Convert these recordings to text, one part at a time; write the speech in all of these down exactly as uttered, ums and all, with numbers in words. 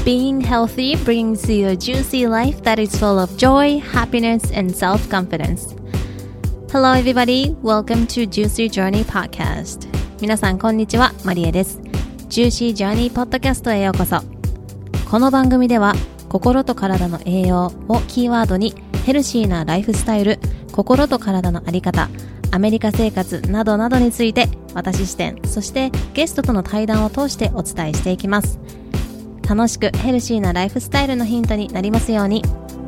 Being healthy brings you a juicy life that is full of joy, happiness, and self-confidence. Hello everybody, welcome to Juicy Journey Podcast. 皆さんこんにちは、マリエです。Juicy Journey Podcast へようこそ。この番組では心と体の栄養をキーワードにヘルシーなライフスタイル、心と体のあり方、アメリカ生活などなどについて私視点、そしてゲストとの対談を通してお伝えしていきます。楽しくヘルシーなライフスタイルのヒントになりますように。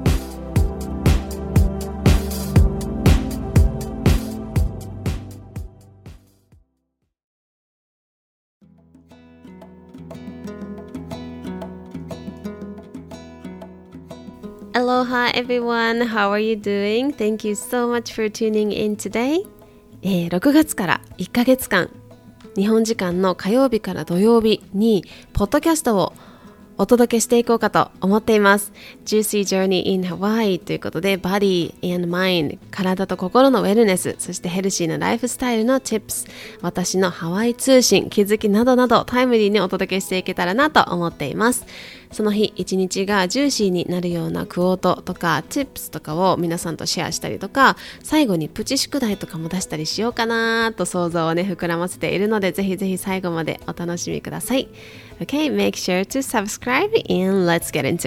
Aloha everyone, how are you doing? Thank you so much for tuning in today. えー、ろくがつからいっかげつかん、日本時間の火曜日から土曜日にポッドキャストをお届けしていこうかと思っています。 Juicy Journey in Hawaii ということで Body and Mind、 体と心のウェルネス、そしてヘルシーなライフスタイルの Tips、 私のハワイ通信、気づきなどなどタイムリーにお届けしていけたらなと思っています。その日一日がジューシーになるようなクオートとか Tips とかを皆さんとシェアしたりとか、最後にプチ宿題とかも出したりしようかなと想像をね膨らませているので、ぜひぜひ最後までお楽しみください。 Okay, make sure to subscribe and let's get into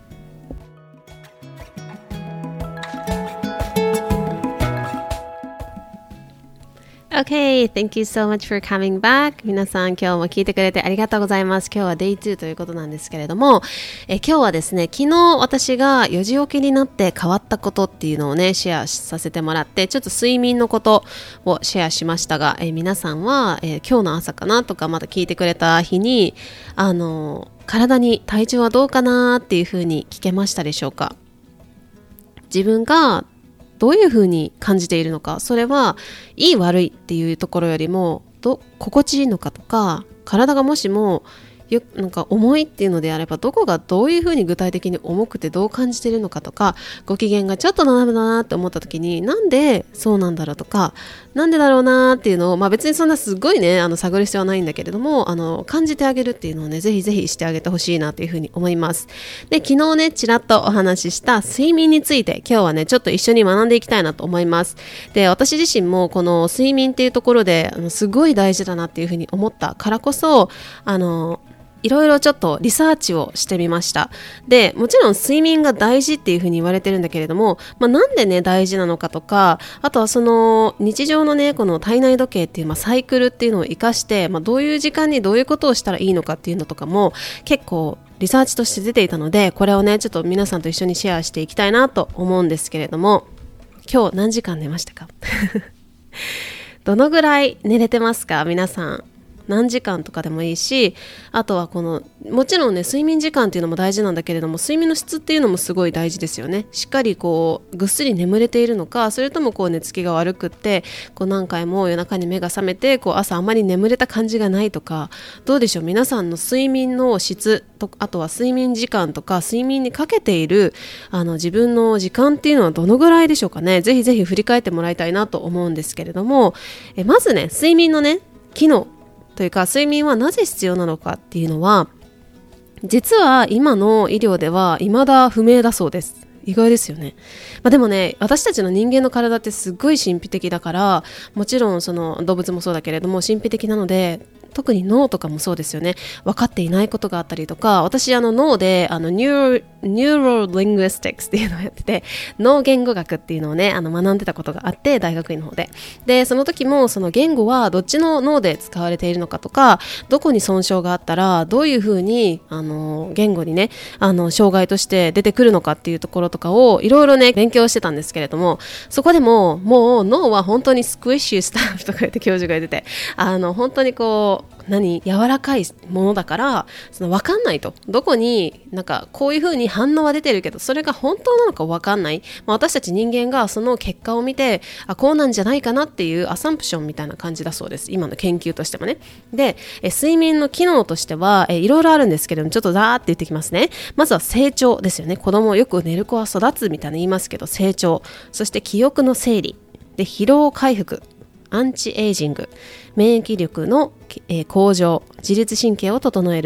it.Okay, thank you so much for coming back. 皆さん今日も聞いてくれてありがとうございます。今日は デイツー ということなんですけれども、え今日はですね、昨日私がよじ起きになって変わったことっていうのをねシェアさせてもらって、ちょっと睡眠のことをシェアしましたが、え皆さんは、え今日の朝かなとかまた聞いてくれた日にあの体に体調はどうかなっていう風に聞けましたでしょうか。自分がどういう風に感じているのか、それはいい悪いっていうところよりもど心地いいのかとか、体がもしもよなんか重いっていうのであればどこがどういう風に具体的に重くてどう感じているのかとか、ご機嫌がちょっと斜めだなって思った時になんでそうなんだろうとか、なんでだろうなっていうのを、まあ別にそんなすごいねあの探る必要はないんだけれども、あの感じてあげるっていうのをねぜひぜひしてあげてほしいなというふうに思います。で、昨日ねちらっとお話しした睡眠について今日はねちょっと一緒に学んでいきたいなと思います。で、私自身もこの睡眠っていうところであのすごい大事だなっていうふうに思ったからこそ、あのいろいろちょっとリサーチをしてみました。で、もちろん睡眠が大事っていうふうに言われてるんだけれども、まあ、なんでね大事なのかとか、あとはその日常のねこの体内時計っていう、まあ、サイクルっていうのを生かして、まあ、どういう時間にどういうことをしたらいいのかっていうのとかも結構リサーチとして出ていたので、これをねちょっと皆さんと一緒にシェアしていきたいなと思うんですけれども、今日何時間寝ましたかどのぐらい寝れてますか皆さん。何時間とかでもいいし、あとはこのもちろんね睡眠時間っていうのも大事なんだけれども、睡眠の質っていうのもすごい大事ですよね。しっかりこうぐっすり眠れているのか、それともこう寝つきが悪くってこう何回も夜中に目が覚めてこう朝あんまり眠れた感じがないとか、どうでしょう皆さんの睡眠の質と、あとは睡眠時間とか睡眠にかけているあの自分の時間っていうのはどのぐらいでしょうかね。ぜひぜひ振り返ってもらいたいなと思うんですけれども、えまずね睡眠のね機能というか睡眠はなぜ必要なのかっていうのは、実は今の医療では未だ不明だそうです。意外ですよね。まあ、でもね私たちの人間の体ってすごい神秘的だから、もちろんその動物もそうだけれども神秘的なので、特に脳とかもそうですよね。分かっていないことがあったりとか、私あの脳であのニューニューロリングイスティックスっていうのをやってて、脳言語学っていうのをねあの学んでたことがあって、大学院の方ででその時もその言語はどっちの脳で使われているのかとか、どこに損傷があったらどういうふうにあの言語にねあの障害として出てくるのかっていうところとかをいろいろね勉強してたんですけれども、そこでももう脳は本当にスクイッシュスタッフとか言って教授が言ってて、あの本当にこう何柔らかいものだから、その分かんないと、どこになんかこういう風に反応は出てるけどそれが本当なのか分かんない、まあ、私たち人間がその結果を見てあこうなんじゃないかなっていうアサンプションみたいな感じだそうです、今の研究としてもね。でえ睡眠の機能としてはえいろいろあるんですけれども、ちょっとザーって言ってきますね。まずは成長ですよね。子供よく寝る子は育つみたいな言いますけど、成長、そして記憶の整理で疲労回復、アンチエイジング、免疫力の、えー、向上、自律神経を整える、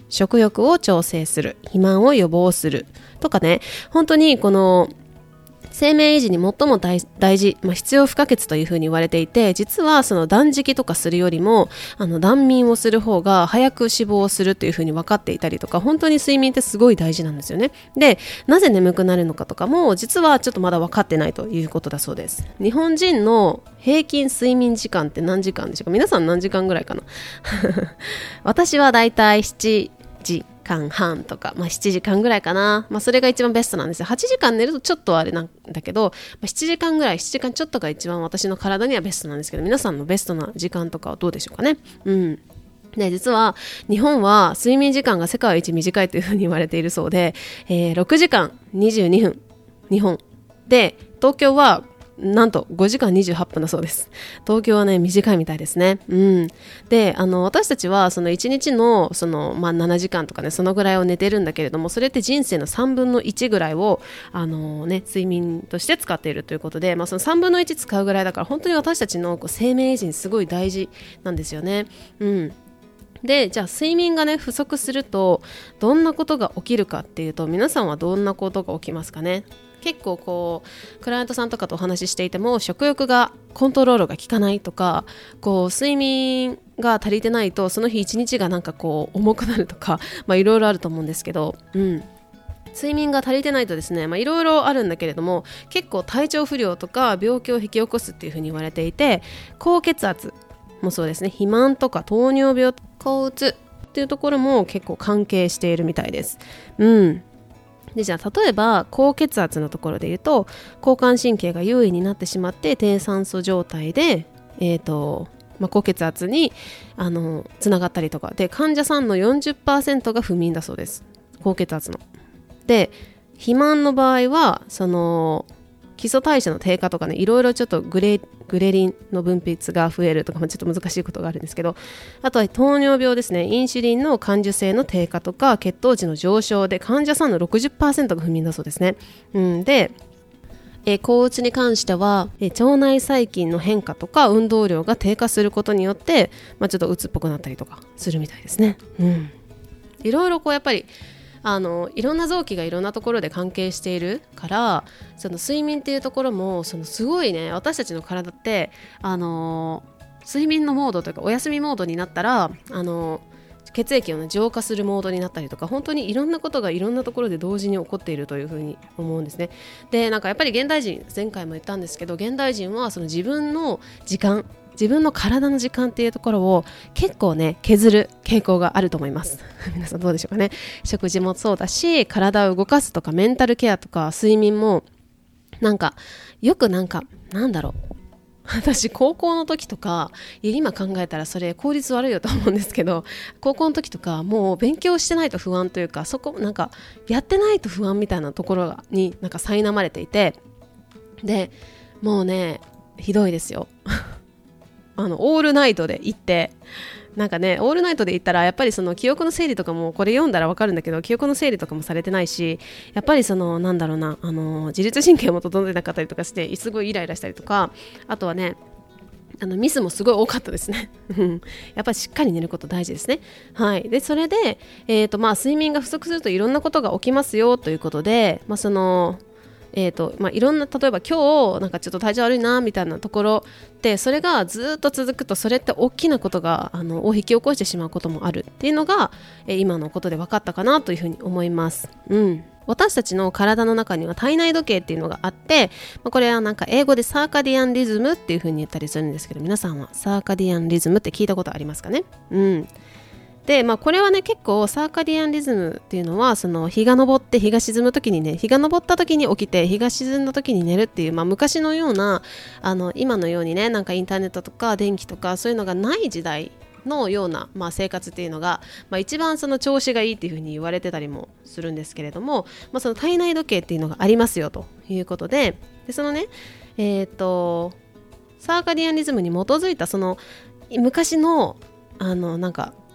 食欲を調整する、肥満を予防するとかね、本当にこの生命維持に最も 大, 大事、まあ、必要不可欠というふうに言われていて、実はその断食とかするよりもあの断眠をする方が早く脂肪をするというふうに分かっていたりとか、本当に睡眠ってすごい大事なんですよね。で、なぜ眠くなるのかとかも実はちょっとまだ分かってないということだそうです。日本人の平均睡眠時間って何時間でしょうか。皆さん何時間ぐらいかな私はだいたいしちじかんはんとか、まあ、しちじかんぐらいかな、まあ、それが一番ベストなんですよ。はちじかん寝るとちょっとあれなんだけど、まあ、しちじかんぐらい、しちじかんちょっとが一番私の体にはベストなんですけど、皆さんのベストな時間とかはどうでしょうかね。うんで、実は日本は睡眠時間が世界一短いというふうに言われているそうで、えー、ろくじかんにじゅうにふん日本で、東京はなんとごじかんにじゅうはっぷんだそうです。東京はね短いみたいですね。うん、であの私たちはそのいちにちの、その、まあ、ななじかんとかね、そのぐらいを寝てるんだけれども、それって人生のさんぶんのいちぐらいをあの、ね、睡眠として使っているということで、まあ、そのさんぶんのいち使うぐらいだから、本当に私たちのこう生命維持にすごい大事なんですよね。うんで、じゃあ睡眠がね不足するとどんなことが起きるかっていうと、皆さんはどんなことが起きますかね。結構こうクライアントさんとかとお話ししていても、食欲がコントロールが効かないとか、こう睡眠が足りてないとその日一日がなんかこう重くなるとか、まあいろいろあると思うんですけど、うん睡眠が足りてないとですね、まあいろいろあるんだけれども、結構体調不良とか病気を引き起こすっていうふうに言われていて、高血圧もそうですね、肥満とか糖尿病、抗うつっていうところも結構関係しているみたいです。うんでじゃあ例えば高血圧のところで言うと、交感神経が優位になってしまって低酸素状態で、えーとまあ、高血圧にあのつながったりとかで、患者さんの よんじゅっパーセント が不眠だそうです。高血圧ので、肥満の場合はその基礎代謝の低下とかね、いろいろちょっとグレ、グレリンの分泌が増えるとかもちょっと難しいことがあるんですけど、あとは糖尿病ですね。インシュリンの感受性の低下とか血糖値の上昇で、患者さんの ろくじゅっパーセント が不眠だそうですね。うん、でえー、抗うつに関しては、えー、腸内細菌の変化とか運動量が低下することによって、まあ、ちょっとうつっぽくなったりとかするみたいですね。うん、いろいろこうやっぱりあのいろんな臓器がいろんなところで関係しているから、その睡眠っていうところもそのすごいね、私たちの体ってあの睡眠のモードというかお休みモードになったら、あの血液を、ね、浄化するモードになったりとか、本当にいろんなことがいろんなところで同時に起こっているというふうに思うんですね。でなんかやっぱり現代人、前回も言ったんですけど、現代人はその自分の時間、自分の体の時間っていうところを結構ね削る傾向があると思います皆さんどうでしょうかね。食事もそうだし、体を動かすとかメンタルケアとか睡眠もなんかよくなんかなんだろう私高校の時とか、いや今考えたらそれ効率悪いよと思うんですけど、高校の時とかもう勉強してないと不安というか、そこなんかやってないと不安みたいなところになんか苛まれていて、でもうねひどいですよあのオールナイトで行って、なんかねオールナイトで行ったらやっぱりその記憶の整理とかも、これ読んだら分かるんだけど、記憶の整理とかもされてないし、やっぱりそのなんだろうな、あの自律神経も整ってなかったりとかして、すごいイライラしたりとか、あとはねあのミスもすごい多かったですねやっぱりしっかり寝ること大事ですね。はい。でそれで、えーとまあ、睡眠が不足するといろんなことが起きますよということで、まあそのえーとまあ、いろんな、例えば今日なんかちょっと体調悪いなみたいなところで、それがずっと続くと、それって大きなことがあのを引き起こしてしまうこともあるっていうのが、えー、今のことで分かったかなというふうに思います。うん、私たちの体の中には体内時計っていうのがあって、まあ、これはなんか英語でサーカディアンリズムっていうふうに言ったりするんですけど、皆さんはサーカディアンリズムって聞いたことありますかね。うんでまあ、これはね結構サーカディアンリズムっていうのは、その日が昇って日が沈む時にね、日が昇った時に起きて日が沈んだ時に寝るっていう、まあ、昔のようなあの今のようにね、なんかインターネットとか電気とかそういうのがない時代のような、まあ、生活っていうのが、まあ、一番その調子がいいっていうふうに言われてたりもするんですけれども、まあ、その体内時計っていうのがありますよということで、でそのねえー、っとサーカディアンリズムに基づいたその昔のあのなんか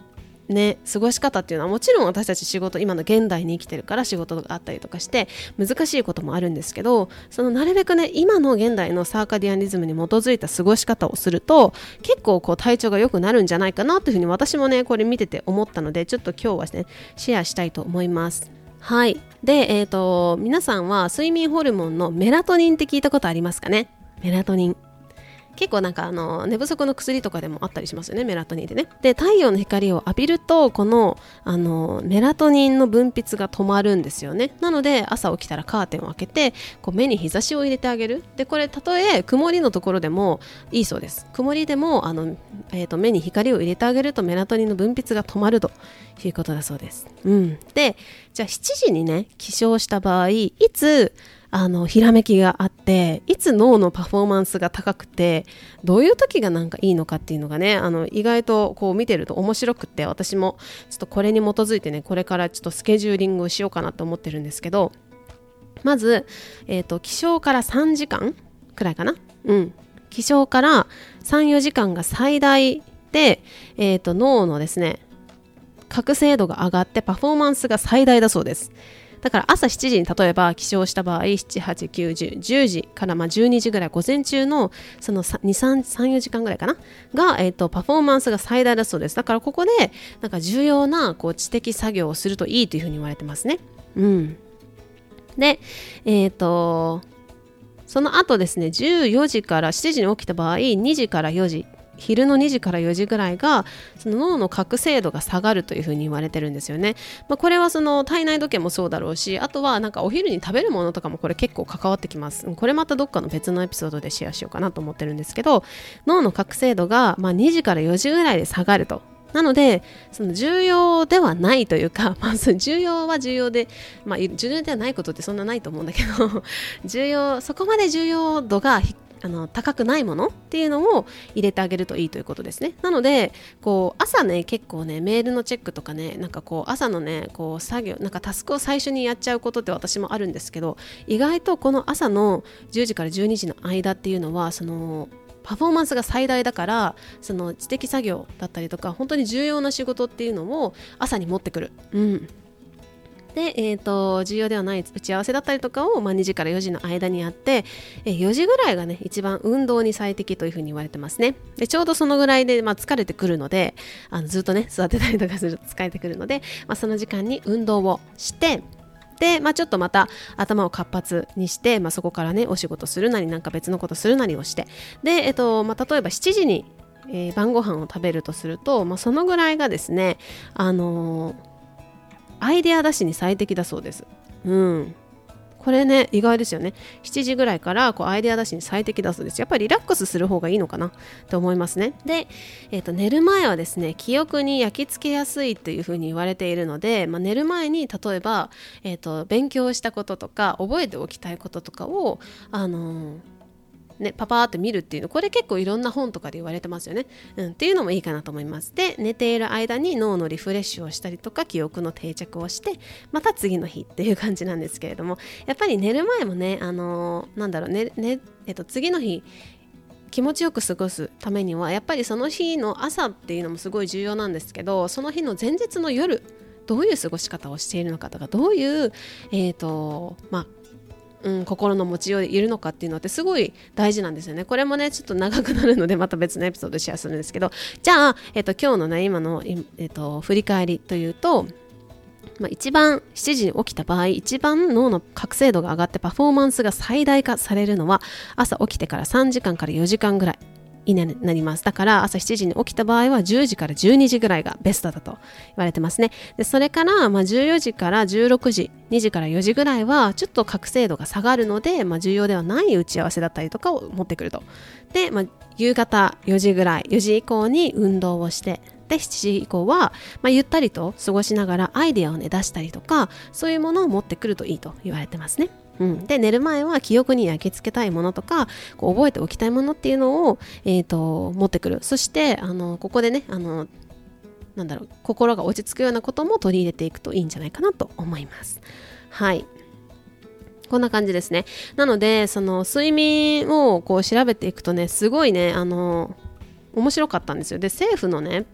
ね、過ごし方っていうのはもちろん私たち仕事、今の現代に生きてるから仕事があったりとかして難しいこともあるんですけど、そのなるべくね今の現代のサーカディアンリズムに基づいた過ごし方をすると結構こう体調が良くなるんじゃないかなというふうに私もねこれ見てて思ったので、ちょっと今日はねシェアしたいと思います。はい。で、えーと、皆さんは睡眠ホルモンのメラトニンって聞いたことありますかね。メラトニン結構なんかあの寝不足の薬とかでもあったりしますよね、メラトニンでね。で、太陽の光を浴びるとこのあのメラトニンの分泌が止まるんですよね。なので朝起きたらカーテンを開けてこう目に日差しを入れてあげる。でこれたとえ曇りのところでもいいそうです。曇りでもあの、えーと、目に光を入れてあげるとメラトニンの分泌が止まるということだそうです。うん、でじゃあしちじにね起床した場合、いつあのひらめきがあって、いつ脳のパフォーマンスが高くてどういう時がなんかいいのかっていうのがね、あの意外とこう見てると面白くって、私もちょっとこれに基づいてねこれからちょっとスケジューリングをしようかなと思ってるんですけど、まず、えーと、起床からさんじかんくらいかな、うん起床からさん、よじかんが最大で、えーと、脳のですね覚醒度が上がってパフォーマンスが最大だそうです。だから朝しちじに例えば起床した場合、しち、はち、きゅう、じゅう、じゅうじからまあじゅうにじぐらい、午前中のそのに、さん、さん、よじかんぐらいかなが、えーと、パフォーマンスが最大だそうです。だからここでなんか重要なこう知的作業をするといいというふうに言われてますね。うん。で、えっと、その後ですね、じゅうよじからしちじに起きた場合、にじからよじ、昼のにじからよじぐらいがその脳の覚醒度が下がるというふうに言われてるんですよね。まあ、これはその体内時計もそうだろうし、あとはなんかお昼に食べるものとかもこれ結構関わってきます。これまたどっかの別のエピソードでシェアしようかなと思ってるんですけど、脳の覚醒度がまあにじからよじぐらいで下がると。なのでその重要ではないというか、まあ、その重要は重要で、まあ、重要ではないことってそんなないと思うんだけど重要そこまで重要度があの高くないものっていうのを入れてあげるといいということですね。なのでこう朝ね結構ねメールのチェックとかね、なんかこう朝のねこう作業なんかタスクを最初にやっちゃうことって私もあるんですけど、意外とこの朝のじゅうじからじゅうにじの間っていうのはそのパフォーマンスが最大だから、その知的作業だったりとか本当に重要な仕事っていうのを朝に持ってくる。うんで、えーと、重要ではない打ち合わせだったりとかを、まあ、にじからよじの間にやって、えー、よじぐらいがね一番運動に最適というふうに言われてますね。でちょうどそのぐらいで、まあ、疲れてくるので、あのずっとね座ってたりとかすると疲れてくるので、まあ、その時間に運動をしてで、まあ、ちょっとまた頭を活発にして、まあ、そこからねお仕事するなりなんか別のことするなりをしてで、えーとまあ、例えばしちじに、えー、晩ご飯を食べるとすると、まあ、そのぐらいがですねあのーアイデア出しに最適だそうです。うん。これね意外ですよね。しちじぐらいからこうアイデア出しに最適だそうです。やっぱりリラックスする方がいいのかなと思いますね。で、えーと、寝る前はですね記憶に焼き付けやすいというふうに言われているので、まあ、寝る前に例えば、えーと、勉強したこととか覚えておきたいこととかをあのーね、パパーって見るっていうの、これ結構いろんな本とかで言われてますよね、うん、っていうのもいいかなと思います。で寝ている間に脳のリフレッシュをしたりとか記憶の定着をしてまた次の日っていう感じなんですけれども、やっぱり寝る前もねあのー、なんだろうね、ねえっと、次の日気持ちよく過ごすためにはやっぱりその日の朝っていうのもすごい重要なんですけど、その日の前日の夜どういう過ごし方をしているのかとか、どういうえっとまあうん、心の持ちようでいるのかっていうのってすごい大事なんですよね。これもねちょっと長くなるのでまた別のエピソードでシェアするんですけど、じゃあ、えっと、今日のね今の、えっと、振り返りというと、まあ、一番しちじに起きた場合一番脳の覚醒度が上がってパフォーマンスが最大化されるのは朝起きてからさんじかんからよじかんぐらいになります。だから朝しちじに起きた場合はじゅうじからじゅうにじぐらいがベストだと言われてますね。でそれからまあじゅうよじからじゅうろくじ、にじからよじぐらいはちょっと覚醒度が下がるので、まあ、重要ではない打ち合わせだったりとかを持ってくると。で、まあ、夕方よじぐらい、よじ以降に運動をしてでしちじ以降は、まあ、ゆったりと過ごしながらアイデアを、ね、出したりとかそういうものを持ってくるといいと言われてますね。うん、で寝る前は記憶に焼き付けたいものとかこう覚えておきたいものっていうのを、えーと、持ってくる。そしてあのここでねあのなんだろう心が落ち着くようなことも取り入れていくといいんじゃないかなと思います。はい、こんな感じですね。なのでその睡眠をこう調べていくとねすごいねあの面白かったんですよ。で政府のね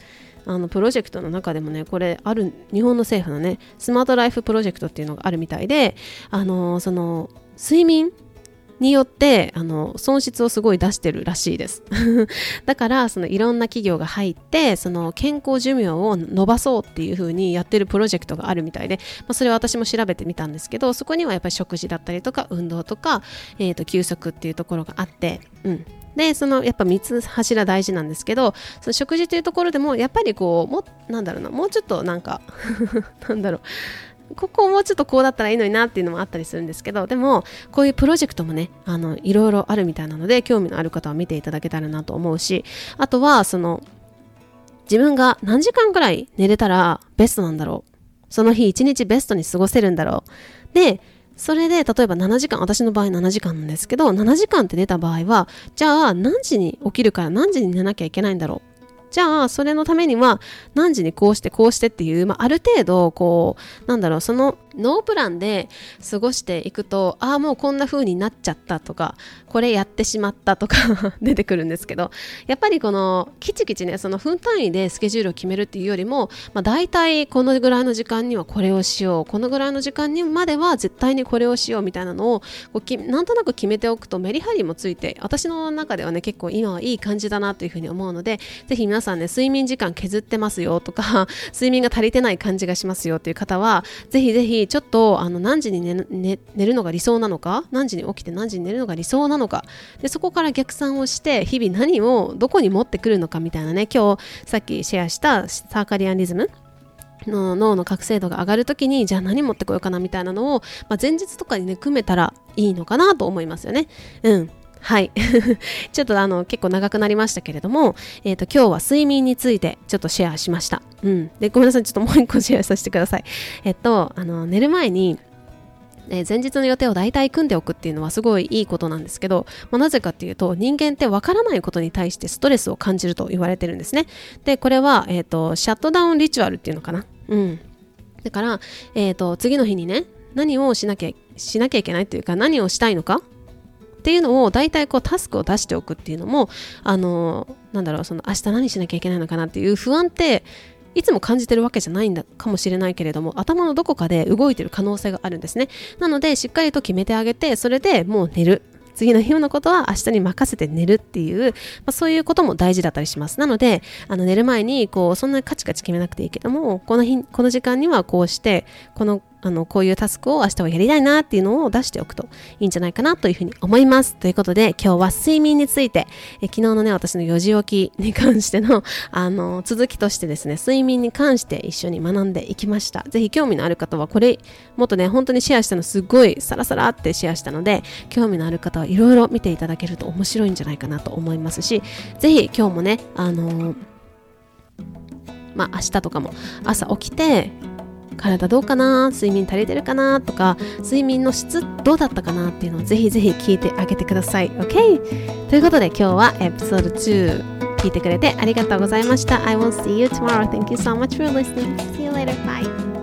あのプロジェクトの中でもね、これある日本の政府のねスマートライフプロジェクトっていうのがあるみたいで、あのその睡眠によってあの損失をすごい出してるらしいですだからそのいろんな企業が入ってその健康寿命を伸ばそうっていう風にやってるプロジェクトがあるみたいで、まあ、それは私も調べてみたんですけど、そこにはやっぱり食事だったりとか運動とか、えーと、休息っていうところがあって、うんでそのやっぱみっつ柱大事なんですけど、その食事というところでもやっぱりこうもなんだろうなもうちょっとなんかなんだろうここをもうちょっとこうだったらいいのになっていうのもあったりするんですけど、でもこういうプロジェクトもねあのいろいろあるみたいなので、興味のある方は見ていただけたらなと思うし、あとはその自分が何時間くらい寝れたらベストなんだろう、その日一日ベストに過ごせるんだろう、でそれで例えばななじかん、私の場合ななじかんなんですけど、ななじかんって寝た場合はじゃあ何時に起きるから何時に寝なきゃいけないんだろう、じゃあそれのためには何時にこうしてこうしてっていう、まあ、ある程度こうなんだろうそのノープランで過ごしていくと、ああもうこんな風になっちゃったとかこれやってしまったとか出てくるんですけど、やっぱりこのきちきちねその分単位でスケジュールを決めるっていうよりも、まあ、大体このぐらいの時間にはこれをしよう、このぐらいの時間にまでは絶対にこれをしようみたいなのをこうきなんとなく決めておくとメリハリもついて、私の中ではね結構今はいい感じだなというふうに思うので、ぜひ皆さんね睡眠時間削ってますよとか睡眠が足りてない感じがしますよという方はぜひぜひちょっとあの何時に 寝, 寝, 寝るのが理想なのか、何時に起きて何時に寝るのが理想なのかで、そこから逆算をして日々何をどこに持ってくるのかみたいなね、今日さっきシェアしたサーカディアンリズムの脳の覚醒度が上がるときにじゃあ何持ってこようかなみたいなのを、まあ、前日とかにね組めたらいいのかなと思いますよね。うんはいちょっとあの結構長くなりましたけれども、えーと、今日は睡眠についてちょっとシェアしました、うん、でごめんなさい、ちょっともう一個シェアさせてください。えっとあの寝る前にえー、前日の予定を大体組んでおくっていうのはすごいいいことなんですけど、まあ、なぜかっていうと人間ってわからないことに対してストレスを感じると言われてるんですね。でこれは、えーと、シャットダウンリチュアルっていうのかな、うん、だから、えーと、次の日にね何をしなきゃしなきゃいけないっていうか何をしたいのかっていうのを大体こうタスクを出しておくっていうのもあのー、なんだろうその明日何しなきゃいけないのかなっていう不安っていつも感じてるわけじゃないんだかもしれないけれども、頭のどこかで動いてる可能性があるんですね。なのでしっかりと決めてあげて、それでもう寝る、次の日のことは明日に任せて寝るっていう、まあ、そういうことも大事だったりします。なのであの寝る前にこうそんなにカチカチ決めなくていいけども、この日この時間にはこうしてこのあのこういうタスクを明日はやりたいなっていうのを出しておくといいんじゃないかなというふうに思います。ということで今日は睡眠についてえ昨日のね私のよじ起きに関してのあの続きとしてですね、睡眠に関して一緒に学んでいきました。ぜひ興味のある方はこれもっとね本当にシェアしたのすごいサラサラってシェアしたので、興味のある方はいろいろ見ていただけると面白いんじゃないかなと思いますし、ぜひ今日もねあのー、まあ明日とかも朝起きて体どうかな、睡眠足りてるかなとか、睡眠の質どうだったかなっていうのをぜひぜひ聞いてあげてください。 OK? ということで今日はエピソードに聞いてくれてありがとうございました。 I will see you tomorrow. Thank you so much for listening. See you later. Bye.